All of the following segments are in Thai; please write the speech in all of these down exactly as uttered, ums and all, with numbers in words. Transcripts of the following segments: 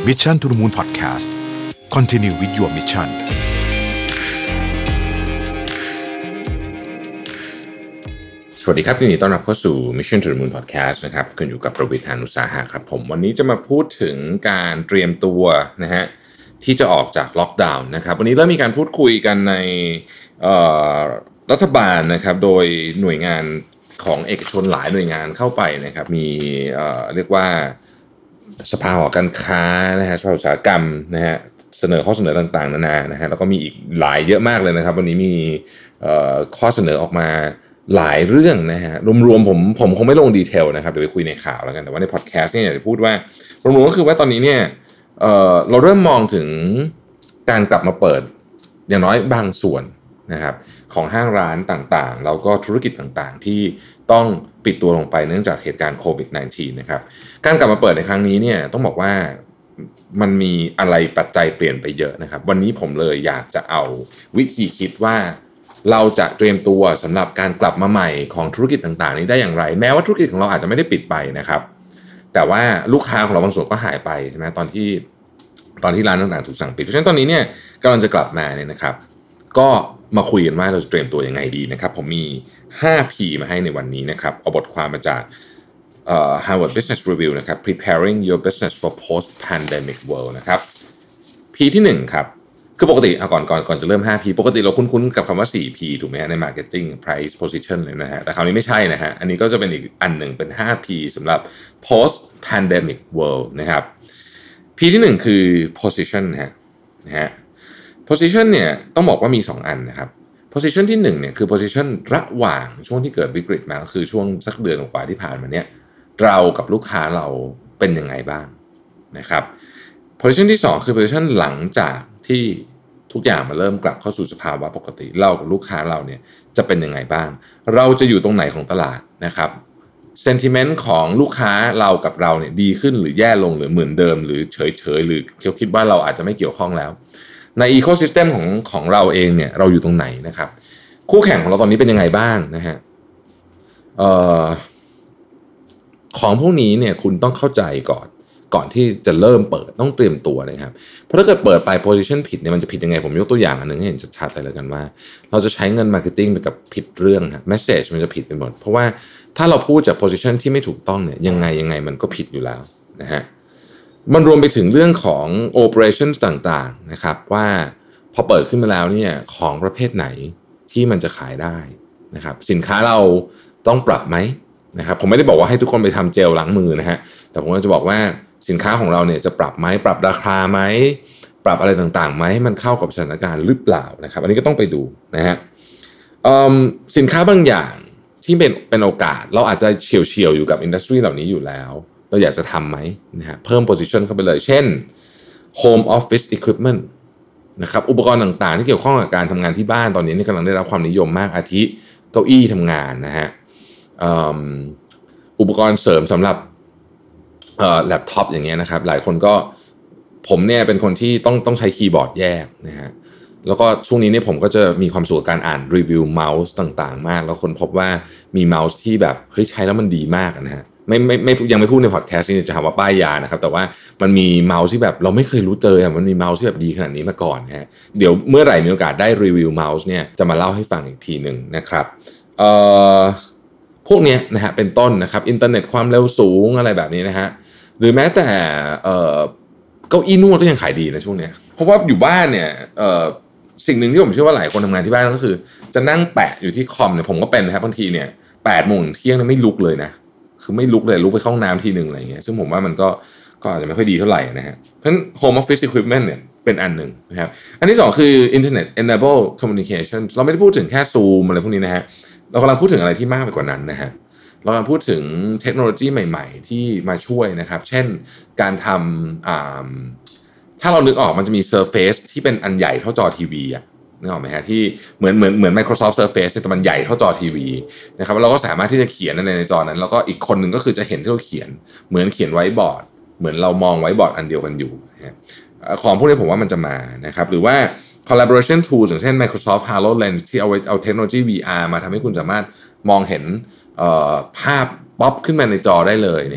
Mission to the Moon Podcast Continue with your mission สวัสดีครับยินดีต้อนรับเข้าสู่ Mission to the Moon Podcast นะครับคุณอยู่กับประวิตร หาญอุตสาหะครับผมวันนี้จะมาพูดถึงการเตรียมตัวนะฮะที่จะออกจากล็อกดาวน์นะครับวันนี้เริ่มมีการพูดคุยกันในรัฐบาลนะครับโดยหน่วยงานของเอกชนหลายหน่วยงานเข้าไปนะครับมีเอ่อเรียกว่าสภาหอการค้านะฮะสภาอุตสาหกรรมนะฮะเสนอข้อเสนอต่างๆนานานะฮะแล้วก็มีอีกหลายเยอะมากเลยนะครับวันนี้มีเอ่อข้อเสนอออกมาหลายเรื่องนะฮะรวมๆผมผมคงไม่ลงดีเทลนะครับเดี๋ยวไปคุยในข่าวแล้วกันแต่ว่าในพอดแคสต์เนี่ยอยากจะพูดว่ารวมๆก็คือว่าตอนนี้เนี่ยเอ่อเราเริ่มมองถึงการกลับมาเปิดอย่างน้อยบางส่วนนะครับของห้างร้านต่างๆแล้วก็ธุรกิจต่างๆที่ต้องปิดตัวลงไปเนื่องจากเหตุการณ์โควิด สิบเก้า นะครับการกลับมาเปิดในครั้งนี้เนี่ยต้องบอกว่ามันมีอะไรปัจจัยเปลี่ยนไปเยอะนะครับวันนี้ผมเลยอยากจะเอาวิธีคิดว่าเราจะเตรียมตัวสำหรับการกลับมาใหม่ของธุรกิจต่างๆนี้ได้อย่างไรแม้ว่าธุรกิจของเราอาจจะไม่ได้ปิดไปนะครับแต่ว่าลูกค้าของเราบางส่วนก็หายไปใช่ไหมตอนที่ตอนที่ร้านต่างๆถูกสั่งปิดเพราะฉะนั้นตอนนี้เนี่ยกำลังจะกลับมาเนี่ยนะครับก็มาคุยกันว่าเราจะเตรียมตัวยังไงดีนะครับผมมี ห้า พี มาให้ในวันนี้นะครับเอาบทความมาจากเอ่อ Harvard Business Review นะครับ Preparing Your Business for Post-Pandemic World นะครับ P ที่หนึ่งครับคือปกติเอาก่อนก่อนก่อนจะเริ่ม ห้า พี ปกติเราคุ้นๆกับคำว่า สี่ พี ถูกไหมฮะใน Marketing Price Position เลยนะฮะแต่คราวนี้ไม่ใช่นะฮะอันนี้ก็จะเป็นอีกอันหนึ่งเป็น ห้า พี สำหรับ Post Pandemic World นะครับ P ที่หนึ่งคือ Position นะฮะนะฮะ Position เนี่ยต้องบอกว่ามีสองอันนะครับ Position ที่หนึ่งเนี่ยคือ Position ระหว่างช่วงที่เกิดวิกฤตมาก็คือช่วงสักเดือนกว่าที่ผ่านมาเนี่ยเรากับลูกค้าเราเป็นยังไงบ้างนะครับ Position ที่สองคือ Position หลังจากที่ทุกอย่างมาเริ่มกลับเข้าสู่สภาวะปกติเรากับลูกค้าเราเนี่ยจะเป็นยังไงบ้างเราจะอยู่ตรงไหนของตลาดนะครับ sentiment ของลูกค้าเรากับเราเนี่ยดีขึ้นหรือแย่ลงหรือเหมือนเดิมหรือเฉยๆหรือเขาคิดว่าเราอาจจะไม่เกี่ยวข้องแล้วใน ecosystem ของของเราเองเนี่ยเราอยู่ตรงไหนนะครับคู่แข่งของเราตอนนี้เป็นยังไงบ้างนะฮะเอ่อของพวกนี้เนี่ยคุณต้องเข้าใจก่อนก่อนที่จะเริ่มเปิดต้องเตรียมตัวนะครับเพราะถ้าเกิดเปิดไป position ผิดเนี่ยมันจะผิดยังไงผมยกตัวอย่างอันนึงให้เห็นชัดๆเลยแล้วกันว่าเราจะใช้เงิน marketing ไปกับผิดเรื่องครับ message มันจะผิดไปหมดเพราะว่าถ้าเราพูดจาก position ที่ไม่ถูกต้องเนี่ยยังไงยังไงมันก็ผิดอยู่แล้วนะฮะมันรวมไปถึงเรื่องของ operation ต่างๆนะครับว่าพอเปิดขึ้นมาแล้วเนี่ยของประเภทไหนที่มันจะขายได้นะครับสินค้าเราต้องปรับไหมนะครับผมไม่ได้บอกว่าให้ทุกคนไปทำเจลล้างมือนะฮะแต่ผมก็จะบอกว่าสินค้าของเราเนี่ยจะปรับไหมปรับราคาไหมปรับอะไรต่างๆไหมให้มันเข้ากับสถานการณ์หรือเปล่านะครับอันนี้ก็ต้องไปดูนะฮะสินค้าบางอย่างที่เป็นเป็นโอกาสเราอาจจะเฉียวๆอยู่กับอินดัสทรีเหล่านี้อยู่แล้วเราอยากจะทำไหมนะฮะเพิ่ม position เข้าไปเลยเช่น home office equipment นะครับอุปกรณ์ต่างๆที่เกี่ยวข้องกับการทำงานที่บ้านตอนนี้นี่กำลังได้รับความนิยมมากอาทิเก้าอี้ทำงานนะฮะอุปกรณ์เสริมสำหรับเอ่อแล็ปท็อปอย่างเงี้ยนะครับหลายคนก็ผมเนี่ยเป็นคนที่ต้องต้องใช้คีย์บอร์ดแยกนะฮะแล้วก็ช่วงนี้เนี่ยผมก็จะมีความสุขกับการอ่านรีวิวเมาส์ต่างๆมากแล้วคนพบว่ามีเมาส์ที่แบบเฮ้ยใช้แล้วมันดีมากนะฮะไม่ไม่ไม่ยังไม่พูดในพอดแคสต์นี่จะหาว่าป้ายยานะครับแต่ว่ามันมีเมาส์ที่แบบเราไม่เคยรู้เจอมันมีเมาส์ที่แบบดีขนาดนี้มาก่อนนะฮะเดี๋ยวเมื่อไหร่มีโอกาสได้รีวิวเมาส์เนี่ยจะมาเล่าให้ฟังอีกทีนึงนะครับเอ่อพวกนี้นะฮะเป็นต้นนะครับอินเทอร์เน็ตความเร็วสูงอะไรแบบนี้นะฮะหรือแม้แต่เอ่อเก้าอี้นวดก็ยังขายดีนะช่วงนี้เพราะว่าอยู่บ้านเนี่ยเอ่อสิ่งหนึ่งที่ผมเชื่อว่าหลายคนทำงานที่บ้านก็คือจะนั่งแปะอยู่ที่คอมเนี่ยผมก็เป็นนะครับบางทีเนี่ยแปดโมงถึงเที่ยงเนี่ยไม่ลุกเลยนะคือไม่ลุกเลยลุกไปเข้าห้องน้ำทีนึงอะไรอย่างเงี้ยซึ่งผมว่ามันก็ก็อาจจะไม่ค่อยดีเท่าไหร่นะฮะเพราะฉะนั้น home office equipment เนี่ยเป็นอันหนึ่งนะครับอันที่สองคือ internet enable communication เราไม่ได้พูดถึงแค่ Zoom อะไรพวกนี้นะฮะเรากำลังพูดถึงอะไรที่มากไปกว่านั้นนะฮะเรากำลังพูดถึงเทคโนโลยีใหม่ๆที่มาช่วยนะครับเช่นการทำถ้าเรานึกออกมันจะมี Surface ที่เป็นอันใหญ่เท่าจอทีวีอะนึกออกไหมฮะที่เหมือนเหมือนเหมือน Microsoft Surface แต่มันใหญ่เท่าจอทีวีนะครับเราก็สามารถที่จะเขียนในในจอนั้นแล้วก็อีกคนหนึ่งก็คือจะเห็นที่เราเขียนเหมือนเขียนไว้บอร์ดเหมือนเรามองไว้บอร์ดอันเดียวกันอยู่นะของพวกนี้ผมว่ามันจะมานะครับหรือว่า collaboration tools อย่างเช่น Microsoft HoloLens ที่เอาไว้เอาเทคโนโลยี วี อาร์ มาทำให้คุณสามารถมองเห็นภาพป๊อปขึ้นมาในจอได้เลยเนี่ย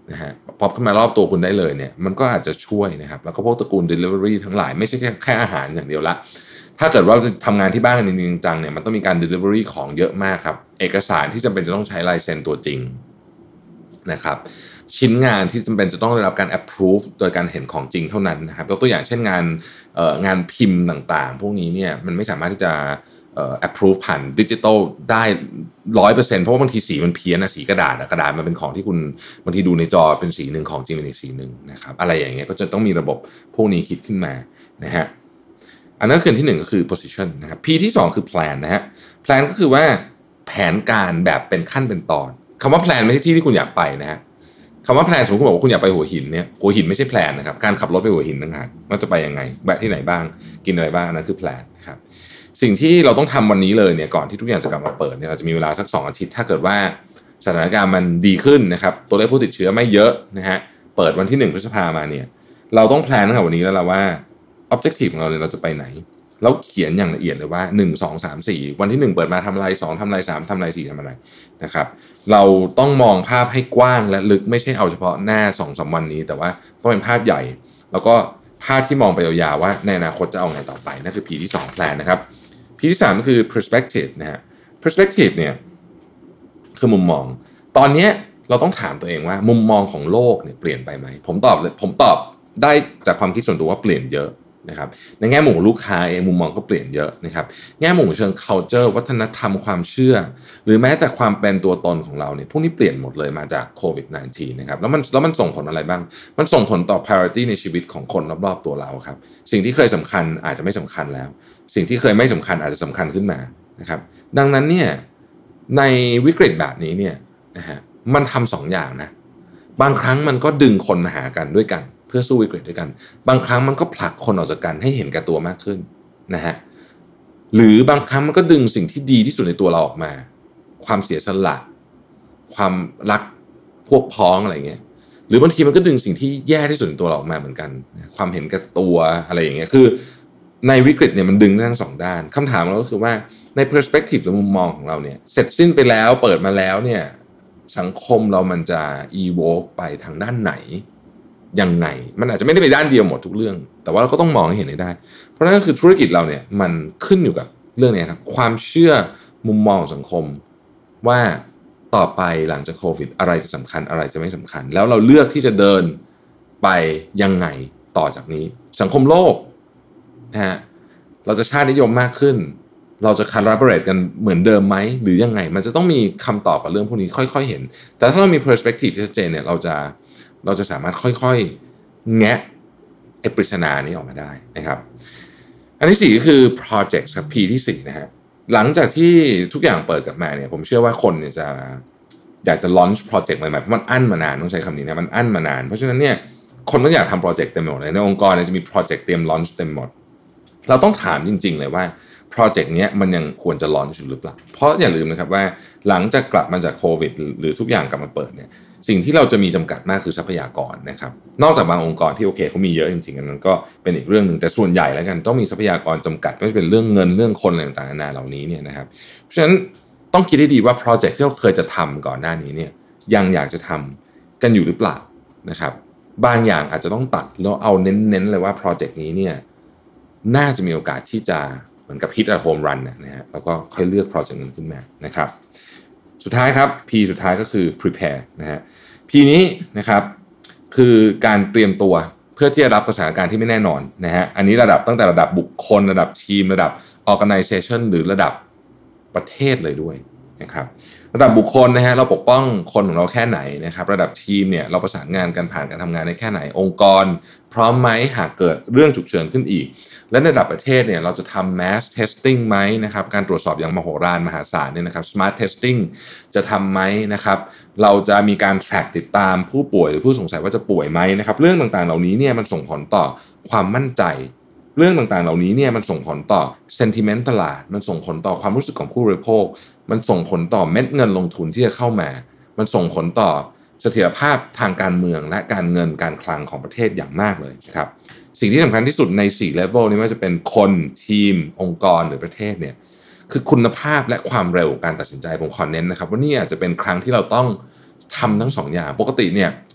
นะฮะป๊อปขึ้นมารอบตัวคุณได้เลยเนี่ยมันก็อาจจะช่วยนะครับแล้วก็พวกตระกูล delivery ทั้งหลายไม่ใช่แค่แค่อาหารอย่างเดียวละถ้าเกิดว่าทำงานที่บ้านกันจริงๆจังเนี่ยมันต้องมีการ delivery ของเยอะมากครับเอกสารที่จำเป็นจะต้องใช้ลายเซ็นตัวจริงนะครับชิ้นงานที่จำเป็นจะต้องได้รับการ approve โดยการเห็นของจริงเท่านั้นนะครับยกตัวอย่างเช่นงานเอ่องานพิมพ์ต่างๆพวกนี้เนี่ยมันไม่สามารถที่จะเอ่อ approve ผ่านดิจิทัลได้ ร้อยเปอร์เซ็นต์ เพราะว่าบางทีสีมันเพี้ยนนะสีกระดาษกระดาษมันเป็นของที่คุณบางทีดูในจอเป็นสีหนึ่งของจริงเป็นอีกสีหนึ่งนะครับอะไรอย่างเงี้ยก็จะต้องมีระบบพวกนี้คิดขึ้นมานะฮะอันนั้นคือที่หนึ่งก็คือ position นะครับ P ที่สองคือ plan นะฮะ plan ก็คือว่าแผนการแบบเป็นขั้นเป็นตอนคำว่า plan ไม่ใช่ที่ที่คุณอยากไปนะฮะคำว่า plan สมมติคุณบอกว่าคุณอยากไปหัวหินเนี่ยหัวหินไม่ใช่ plan นะครับการขับรถไปหัวหินต่างหากว่าจะไปยังไงแวะที่ไหนบ้างกินอะไรบ้างนั่นคือ plan นะครับสิ่งที่เราต้องทำวันนี้เลยเนี่ยก่อนที่ทุกอย่างจะกลับมาเปิดเนี่ยเราจะมีเวลาสักสองอาทิตย์ถ้าเกิดว่าสถานการณ์มันดีขึ้นนะครับตัวเลขผู้ติดเชื้อไม่เยอะนะฮะเปิดวันที่หนึ่งพฤษภาคมมาเนี่ยเราต้องแพลนตั้งแต่วันนี้แล้วล่ะว่า objective ของเราเนี่ยเราจะไปไหนแล้วเขียนอย่างละเอียดเลยว่าหนึ่ง สอง สาม สี่วันที่หนึ่งเปิดมาทำอะไรสองทำอะไรสามทำอะไรสี่ทำอะไรนะครับเราต้องมองภาพให้กว้างและลึกไม่ใช่เอาเฉพาะหน้า สองสาม วันนี้แต่ว่าต้องเป็นภาพใหญ่แล้วก็ภาพที่มองไปยาวๆว่าในอนาคตจะเอาไงต่อไปนั่นคือ P ที่สอง plan นะครับ P ที่สามก็คือ perspective นะฮะ perspective เนี่ยคือมุมมองตอนนี้เราต้องถามตัวเองว่ามุมมองของโลกเนี่ยเปลี่ยนไปไหมผมตอบเลยผมตอบได้จากความคิดส่วนตัวว่าเปลี่ยนเยอะนะครับในแง่มุมของลูกค้าเองมุมมองก็เปลี่ยนเยอะนะครับแง่มุมเชิง culture วัฒนธรรมความเชื่อหรือแม้แต่ความเป็นตัวตนของเราเนี่ยพวกนี้เปลี่ยนหมดเลยมาจากโควิด สิบเก้า นะครับแล้วมันแล้วมันส่งผลอะไรบ้างมันส่งผลต่อ priority ในชีวิตของคนรอบๆตัวเราครับสิ่งที่เคยสำคัญอาจจะไม่สำคัญแล้วสิ่งที่เคยไม่สำคัญอาจจะสำคัญขึ้นมานะครับดังนั้นเนี่ยในวิกฤตแบบนี้เนี่ยนะฮะมันทำสองอย่างนะบางครั้งมันก็ดึงคนมาหากันด้วยกันเพื่อสู้วิกฤตด้วยกันบางครั้งมันก็ผลักคนออกจากกันให้เห็นแก่ตัวมากขึ้นนะฮะหรือบางครั้งมันก็ดึงสิ่งที่ดีที่สุดในตัวเราออกมาความเสียสละความรักพวกพ้องอะไรเงี้ยหรือบางทีมันก็ดึงสิ่งที่แย่ที่สุดในตัวเราออกมาเหมือนกันความเห็นแก่ตัวอะไรอย่างเงี้ยคือในวิกฤตเนี่ยมันดึงทั้งสองด้านคำถามเราก็คือว่าใน perspective หรือมุมมองของเราเนี่ยเสร็จสิ้นไปแล้วเปิดมาแล้วเนี่ยสังคมเรามันจะ evolve ไปทางด้านไหนยังไงมันอาจจะไม่ได้ไปด้านเดียวหมดทุกเรื่องแต่ว่าเราก็ต้องมองให้เห็นได้เพราะนั่นก็คือธุรกิจเราเนี่ยมันขึ้นอยู่กับเรื่องนี้ครับความเชื่อมุมมองสังคมว่าต่อไปหลังจากโควิดอะไรจะสำคัญอะไรจะไม่สำคัญแล้วเราเลือกที่จะเดินไปยังไงต่อจากนี้สังคมโลกนะฮะเราจะชาตินิยมมากขึ้นเราจะ collaborate กันเหมือนเดิมไหมหรือยังไงมันจะต้องมีคำตอบกับเรื่องพวกนี้ค่อยๆเห็นแต่ถ้าเรามี perspective ที่ชัดเจนเนี่ยเราจะเราจะสามารถค่อยๆแงะไอ้ปริศนานี้ออกมาได้นะครับอันที่สี่ก็คือ project ครับ P ที่สี่นะฮะหลังจากที่ทุกอย่างเปิดกลับมาเนี่ยผมเชื่อว่าคนเนี่ยจะอยากจะ launch project ใหม่ๆเพราะมันอั้นมานานต้องใช้คำนี้นะมันอั้นมานานเพราะฉะนั้นเนี่ยคนก็อยากทำโปรเจกต์เต็มหมดเลยในองค์กรเนี่ยจะมีโปรเจกต์เตรียม launch เต็มหมดเราต้องถามจริงๆเลยว่าโปรเจกต์นี้มันยังควรจะ launch หรือเปล่าเพราะอย่าลืมนะครับว่าหลังจากกลับมาจากโควิดหรือทุกอย่างกลับมาเปิดเนี่ยสิ่งที่เราจะมีจำกัดมากคือทรัพยากรนะครับนอกจากบางองค์กรที่โอเคเขามีเยอะจริงๆอันนั้นก็เป็นอีกเรื่องนึงแต่ส่วนใหญ่แล้วกันต้องมีทรัพยากรจำกัดไม่ว่าจะเป็นเรื่องเงินเรื่องคนอะไรต่างๆนานาเหล่านี้เนี่ยนะครับเพราะฉะนั้นต้องคิดให้ดีว่าโปรเจกต์ที่เราเคยจะทำก่อนหน้านี้เนี่ยยังอยากจะทำกันอยู่หรือเปล่านะครับบางอย่างอาจจะต้องตัดแล้วเอาเน้นๆเลยว่าโปรเจกต์นี้เนี่ยน่าจะมีโอกาสที่จะเหมือนกับ hit a home run นะฮะแล้วก็ค่อยเลือกโปรเจกต์นั้นขึ้นมานะครับสุดท้ายครับ P สุดท้ายก็คือ prepare นะฮะ P นี้นะครับคือการเตรียมตัวเพื่อที่จะรับสถานการณ์ที่ไม่แน่นอนนะฮะอันนี้ระดับตั้งแต่ระดับบุคคลระดับทีมระดับ organization หรือระดับประเทศเลยด้วยนะครับระดับบุคคลนะฮะเราปกป้องคนของเราแค่ไหนนะครับระดับทีมเนี่ยเราประสานงานกันผ่านการทำงานได้แค่ไหนองค์กรพร้อมไหมหากเกิดเรื่องฉุกเฉินขึ้นอีกและในระดับประเทศเนี่ยเราจะทำ mass testing ไหมนะครับการตรวจสอบอย่างมโหฬารมหาศาลเนี่ยนะครับ smart testing จะทำไหมนะครับเราจะมีการ track ติดตามผู้ป่วยหรือผู้สงสัยว่าจะป่วยไหมนะครับเรื่องต่างๆเหล่านี้เนี่ยมันส่งผลต่อความมั่นใจเรื่องต่างๆเหล่านี้เนี่ยมันส่งผลต่อ sentiment ตลาดมันส่งผลต่อความรู้สึกของผู้บริโภคมันส่งผลต่อเม็ดเงินลงทุนที่จะเข้ามามันส่งผลต่อเสถียรภาพทางการเมืองและการเงินการคลังของประเทศอย่างมากเลยนะครับสิ่งที่สำคัญที่สุดในสี่ level นี้ไม่ว่าจะเป็นคนทีมองค์กรหรือประเทศเนี่ยคือคุณภาพและความเร็วการตัดสินใจผมขอเน้นนะครับว่านี่อาจจะเป็นครั้งที่เราต้องทำทั้งสองอย่างปกติเนี่ย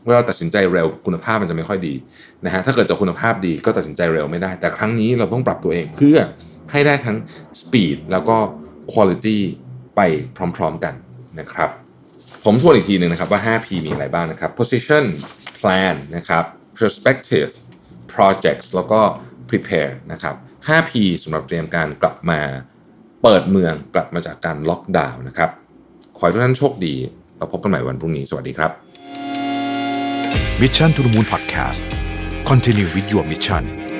เวลาตัดสินใจเร็วคุณภาพมันจะไม่ค่อยดีนะฮะถ้าเกิดจะคุณภาพดีก็ตัดสินใจเร็วไม่ได้แต่ครั้งนี้เราต้องปรับตัวเองเพื่อให้ได้ทั้ง speed แล้วก็ quality ไปพร้อมๆกันนะครับผมทวนอีกทีนึงนะครับว่า ห้า พี มีอะไรบ้างนะครับ position plan นะครับ perspective projects แล้วก็ prepare นะครับ ห้า พี สำหรับเตรียมการกลับมาเปิดเมืองกลับมาจากการล็อกดาวน์นะครับขอให้ทุกท่านโชคดีแล้วพบกันใหม่วันพรุ่งนี้สวัสดีครับ Mission to the Moon Podcast Continue with your mission